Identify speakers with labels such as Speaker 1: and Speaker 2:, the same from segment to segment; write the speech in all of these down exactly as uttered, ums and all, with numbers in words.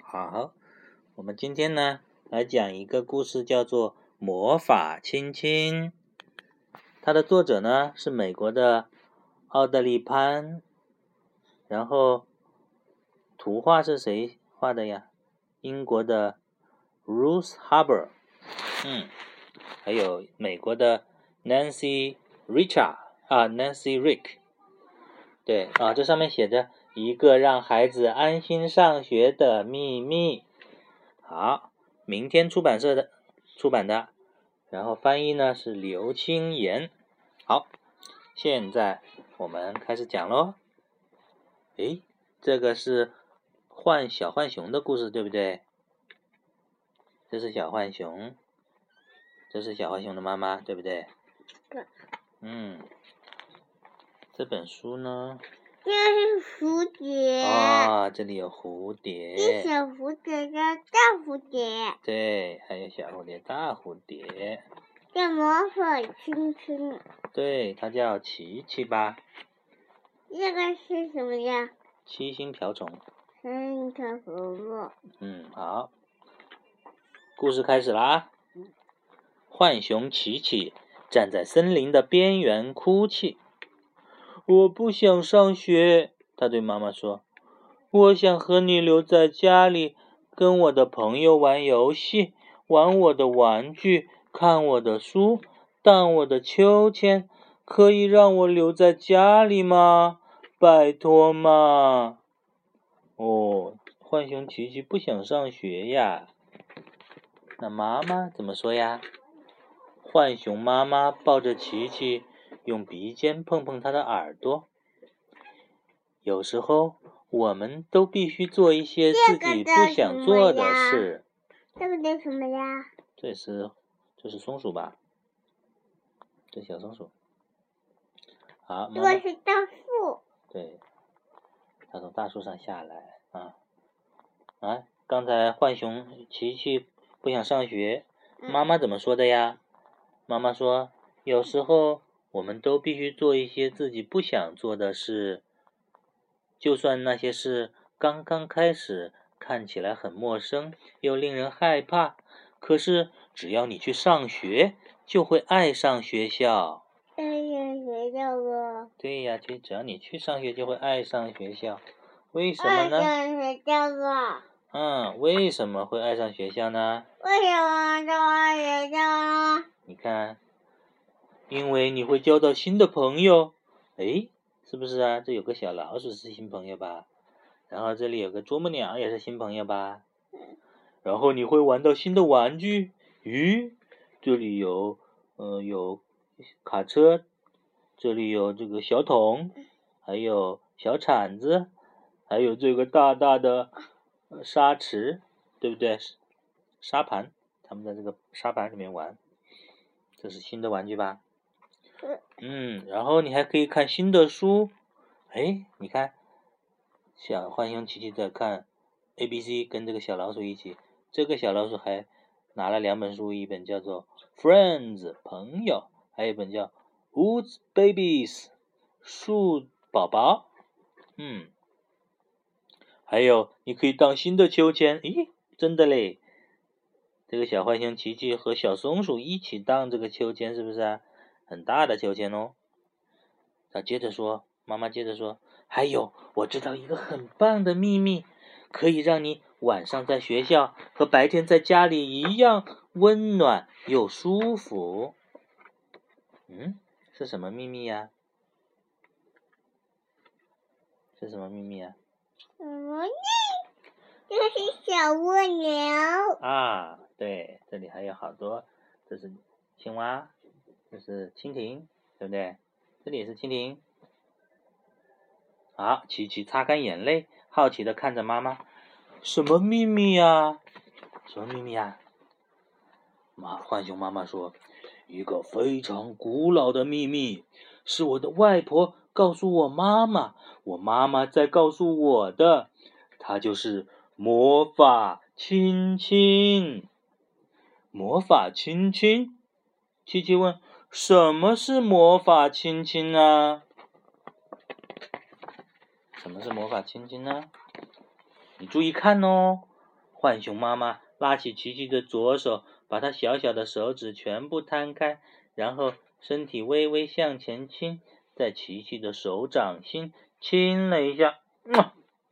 Speaker 1: 好，我们今天呢来讲一个故事，叫做《魔法亲亲》。它的作者呢是美国的奥德利潘，然后图画是谁画的呀？英国的 Ruth Harbour， 嗯，还有美国的 Nancy Richard 啊 ，Nancy Rick。对啊，这上面写着一个让孩子安心上学的秘密。好，明天出版社的出版的，然后翻译呢是刘清言。好，现在我们开始讲咯。诶，这个是浣小浣熊的故事，对不对？这是小浣熊，这是小浣熊的妈妈，对不对？
Speaker 2: 对。
Speaker 1: 嗯，这本书呢？
Speaker 2: 这是蝴蝶。
Speaker 1: 啊、哦，这里有蝴蝶。
Speaker 2: 这小蝴蝶叫大蝴蝶。
Speaker 1: 对，还有小蝴蝶、大蝴蝶。
Speaker 2: 叫魔法亲亲。
Speaker 1: 对，它叫琪琪吧？
Speaker 2: 这个是什么呀？
Speaker 1: 七星瓢虫。
Speaker 2: 七星瓢虫。
Speaker 1: 嗯，好，故事开始啦。浣熊琪琪站在森林的边缘哭泣。我不想上学，他对妈妈说。我想和你留在家里，跟我的朋友玩游戏，玩我的玩具，看我的书，荡我的秋千。可以让我留在家里吗？拜托嘛。哦，浣熊琪琪不想上学呀。那妈妈怎么说呀？浣熊妈妈抱着琪琪，用鼻尖碰碰他的耳朵。有时候我们都必须做一些自己不想做的事。
Speaker 2: 这个叫什么呀？
Speaker 1: 这是这是松鼠吧？这小松鼠。好，
Speaker 2: 这个是大树。
Speaker 1: 对，它从大树上下来啊啊！刚才浣熊琪琪不想上学，妈妈怎么说的呀？妈妈说，有时候我们都必须做一些自己不想做的事，就算那些事刚刚开始看起来很陌生又令人害怕，可是只要你去上学，就会爱上学校。
Speaker 2: 爱上学校吗？
Speaker 1: 对呀，就只要你去上学，就会爱上学校。为什么呢？
Speaker 2: 爱上学校吗？
Speaker 1: 嗯，为什么会爱上学校呢？
Speaker 2: 为什么就爱学校呢？
Speaker 1: 你看，因为你会交到新的朋友。诶，是不是啊？这有个小老鼠是新朋友吧？然后这里有个啄木鸟也是新朋友吧？然后你会玩到新的玩具。咦，这里有呃有卡车，这里有这个小桶，还有小铲子，还有这个大大的沙池，对不对？沙盘，他们在这个沙盘里面玩，这是新的玩具吧？嗯，然后你还可以看新的书。哎，你看，小浣熊琪琪在看 A B C， 跟这个小老鼠一起。这个小老鼠还拿了两本书，一本叫做 Friends 朋友，还有一本叫 Woods Babies 树宝宝。嗯，还有你可以荡新的秋千。咦，真的嘞！这个小浣熊琪琪和小松鼠一起荡这个秋千，是不是啊？很大的秋千哦。他接着说，妈妈接着说，还有，我知道一个很棒的秘密，可以让你晚上在学校和白天在家里一样温暖又舒服。嗯，是什么秘密呀？是什么秘密呀？
Speaker 2: 什么呢？这是小蜗牛。
Speaker 1: 啊，对，这里还有好多，这是青蛙，这是蜻蜓，对不对？这里也是蜻蜓。好，琪琪擦干眼泪，好奇地看着妈妈。什么秘密呀？什么秘密呀？妈，浣熊妈妈说，一个非常古老的秘密，是我的外婆告诉我妈妈，我妈妈再告诉我的，它就是魔法亲亲。魔法亲亲？琪琪问，什么是魔法亲亲呢？什么是魔法亲亲呢？你注意看哦， 浣熊妈妈拉起琪琪的左手，把她小小的手指全部摊开，然后身体微微向前倾，在琪琪的手掌心亲了一下。嗯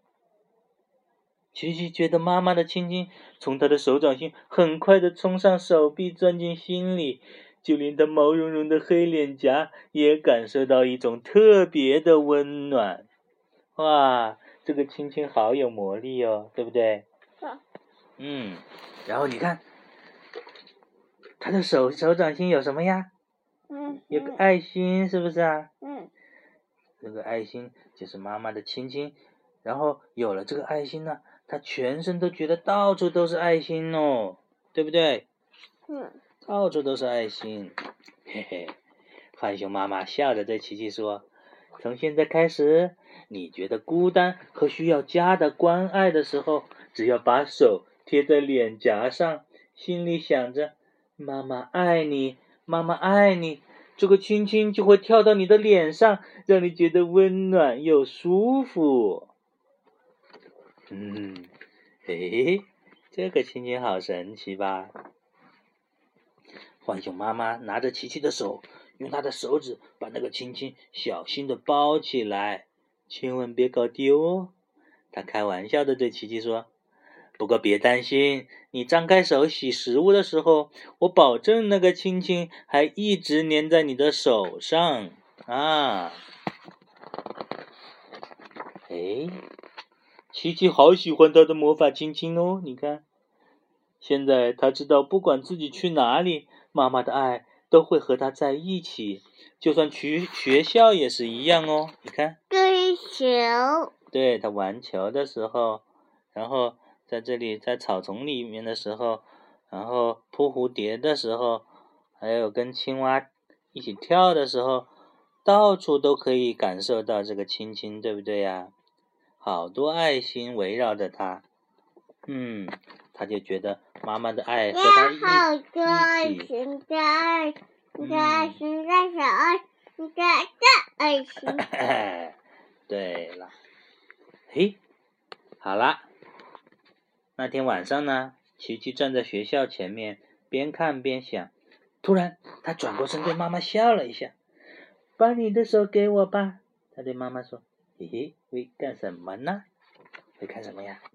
Speaker 1: 琪琪觉得妈妈的亲亲从她的手掌心很快地冲上手臂，钻进心里，就连她毛茸茸的黑脸颊也感受到一种特别的温暖。哇，这个亲亲好有魔力哦，对不对？
Speaker 2: 嗯。
Speaker 1: 嗯，然后你看，她的手手掌心有什么呀？
Speaker 2: 嗯。
Speaker 1: 有个爱心，是不是啊？
Speaker 2: 嗯。
Speaker 1: 这个爱心就是妈妈的亲亲，然后有了这个爱心呢，她全身都觉得到处都是爱心哦，对不对？
Speaker 2: 嗯。
Speaker 1: 到处都是爱心，嘿嘿。浣熊妈妈笑着对琪琪说：“从现在开始，你觉得孤单和需要家的关爱的时候，只要把手贴在脸颊上，心里想着妈妈爱你，妈妈爱你，这个亲亲就会跳到你的脸上，让你觉得温暖又舒服。”嗯，嘿，这个亲亲好神奇吧？浣熊妈妈拿着琪琪的手，用她的手指把那个亲亲小心地包起来，千万别搞丢哦。她开玩笑地对琪琪说：“不过别担心，你张开手洗食物的时候，我保证那个亲亲还一直粘在你的手上啊。”哎，琪琪好喜欢他的魔法亲亲哦，你看。现在他知道，不管自己去哪里，妈妈的爱都会和他在一起，就算去学校也是一样哦。你看，
Speaker 2: 追球，
Speaker 1: 对，他玩球的时候，然后在这里在草丛里面的时候，然后扑蝴蝶的时候，还有跟青蛙一起跳的时候，到处都可以感受到这个亲亲，对不对呀？好多爱心围绕着他，嗯，他就觉得妈妈的爱和他一
Speaker 2: 好多爱
Speaker 1: 一起，
Speaker 2: 心的爱，你的爱心在小爱，你的爱心。
Speaker 1: 对了，嘿，好啦，那天晚上呢，琪琪站在学校前面，边看边想，突然他转过身对妈妈笑了一下，把你的手给我吧，他对妈妈说，嘿嘿，会干什么呢？会干什么呀？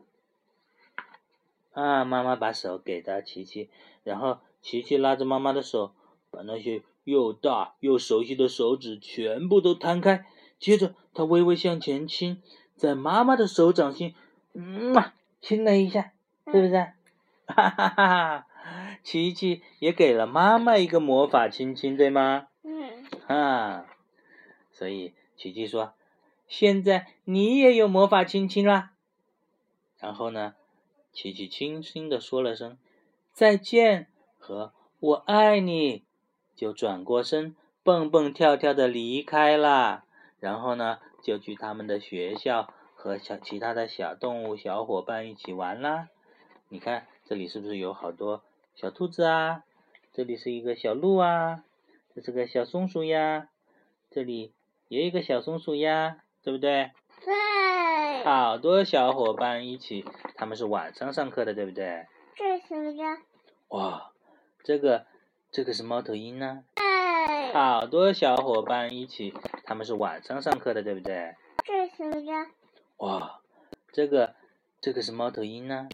Speaker 1: 啊，妈妈把手给到琪琪，然后琪琪拉着妈妈的手，把那些又大又熟悉的手指全部都摊开，接着她微微向前倾，在妈妈的手掌心，嗯嘛，亲了一下，是不是？哈哈哈哈！琪琪也给了妈妈一个魔法亲亲，对吗？
Speaker 2: 嗯。
Speaker 1: 啊，所以琪琪说：“现在你也有魔法亲亲啦。”然后呢？琪琪轻轻地说了声再见和我爱你，就转过身蹦蹦跳跳的离开了。然后呢，就去他们的学校和小其他的小动物小伙伴一起玩啦。你看这里是不是有好多小兔子啊？这里是一个小鹿啊，这是个小松鼠呀，这里也有一个小松鼠呀，对不对？
Speaker 2: 对。
Speaker 1: 好多小伙伴一起，他们是晚上上课的，对不对？
Speaker 2: 这是什么呀？
Speaker 1: 哇，这个这个是猫头鹰呢。
Speaker 2: 对。
Speaker 1: 好多小伙伴一起，他们是晚上上课的，对不对？
Speaker 2: 这是什么呀？
Speaker 1: 哇，这个这个是猫头鹰呢。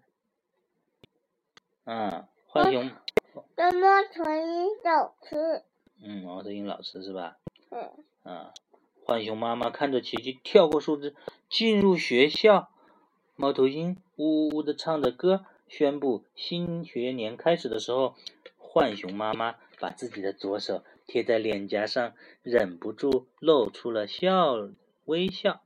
Speaker 1: 嗯，浣熊。
Speaker 2: 这猫头鹰老师。
Speaker 1: 嗯，猫头鹰老师是吧？
Speaker 2: 嗯。
Speaker 1: 啊，浣熊妈妈看着琪琪跳过树枝进入学校，猫头鹰呜呜地唱着歌，宣布新学年开始的时候，浣熊妈妈把自己的左手贴在脸颊上，忍不住露出了笑微笑。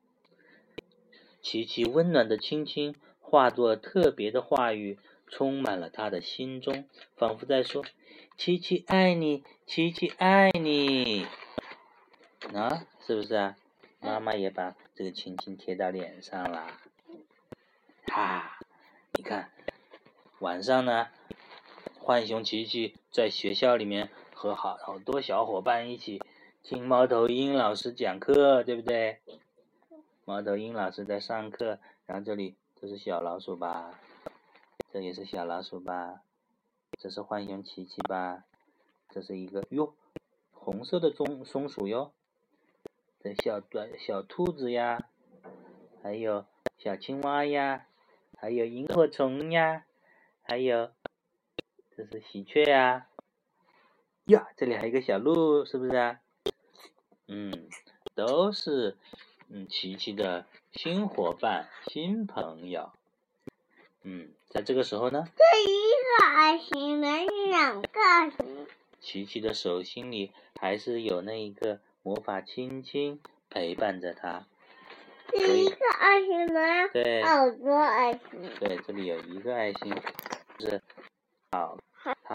Speaker 1: 琪琪温暖的亲亲化作特别的话语，充满了他的心中，仿佛在说：“琪琪爱你，琪琪爱你。”啊，是不是啊？妈妈也把这个亲亲贴到脸上了。哈，你看，晚上呢，浣熊琪琪在学校里面和好好多小伙伴一起听猫头鹰老师讲课，对不对？猫头鹰老师在上课，然后这里这是小老鼠吧？这也是小老鼠吧？这是浣熊琪琪吧？这是一个哟，红色的松松鼠哟。这小短小兔子呀，还有小青蛙呀，还有萤火虫呀，还有这是喜鹊呀。呀，这里还有一个小鹿，是不是啊？嗯，都是嗯琪琪的新伙伴、新朋友。嗯，在这个时候呢，
Speaker 2: 这一个爱心能两个爱心。
Speaker 1: 琪琪的手心里还是有那一个魔法亲亲陪伴着他。
Speaker 2: 这一个爱心能
Speaker 1: 对，
Speaker 2: 好多爱心。
Speaker 1: 对，这里有一个爱心，是好。